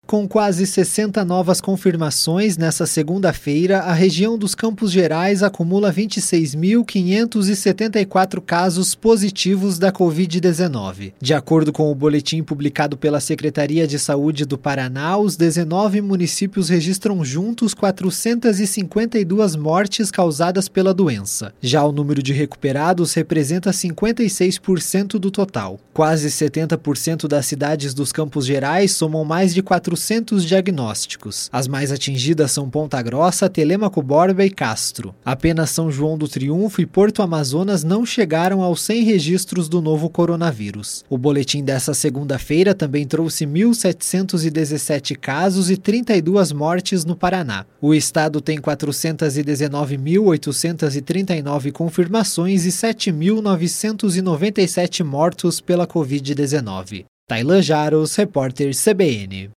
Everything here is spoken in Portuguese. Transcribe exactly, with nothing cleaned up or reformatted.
Com quase sessenta novas confirmações, nesta segunda-feira, a região dos Campos Gerais acumula vinte e seis mil quinhentos e setenta e quatro casos positivos da covid dezenove. De acordo com o boletim publicado pela Secretaria de Saúde do Paraná, os dezenove municípios registram juntos quatrocentas e cinquenta e duas mortes causadas pela doença. Já o número de recuperados representa cinquenta e seis por cento do total. Quase setenta por cento das cidades dos Campos Gerais somam mais de quatrocentos diagnósticos. As mais atingidas são Ponta Grossa, Telêmaco Borba e Castro. Apenas São João do Triunfo e Porto Amazonas não chegaram aos cem registros do novo coronavírus. O boletim dessa segunda-feira também trouxe mil setecentos e dezessete casos e trinta e duas mortes no Paraná. O estado tem quatrocentas e dezenove mil oitocentas e trinta e nove confirmações e sete mil novecentos e noventa e sete mortos pela covid dezenove. Tailan Jaros, repórter C B N.